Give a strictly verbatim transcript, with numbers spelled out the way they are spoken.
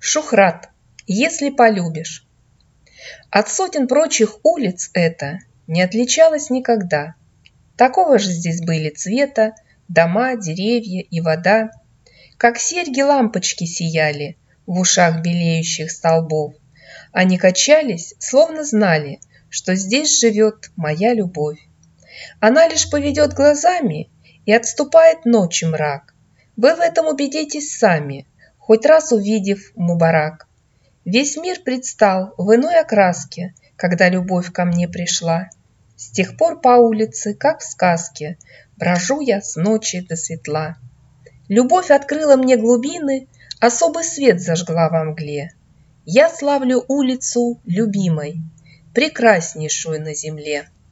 Шухрат, если полюбишь. От сотен прочих улиц эта не отличалась никогда. Такого же здесь были цвета дома, деревья и вода, как серьги лампочки сияли в ушах белеющих столбов. Они качались, словно знали, что здесь живет моя любовь. Она лишь поведет глазами, и отступает ночи мрак. Вы в этом убедитесь сами, хоть раз увидев Мубарак. Весь мир предстал в иной окраске, когда любовь ко мне пришла. С тех пор по улице, как в сказке, брожу я с ночи до светла. Любовь открыла мне глубины, особый свет зажгла во мгле. Я славлю улицу любимой, прекраснейшую на земле.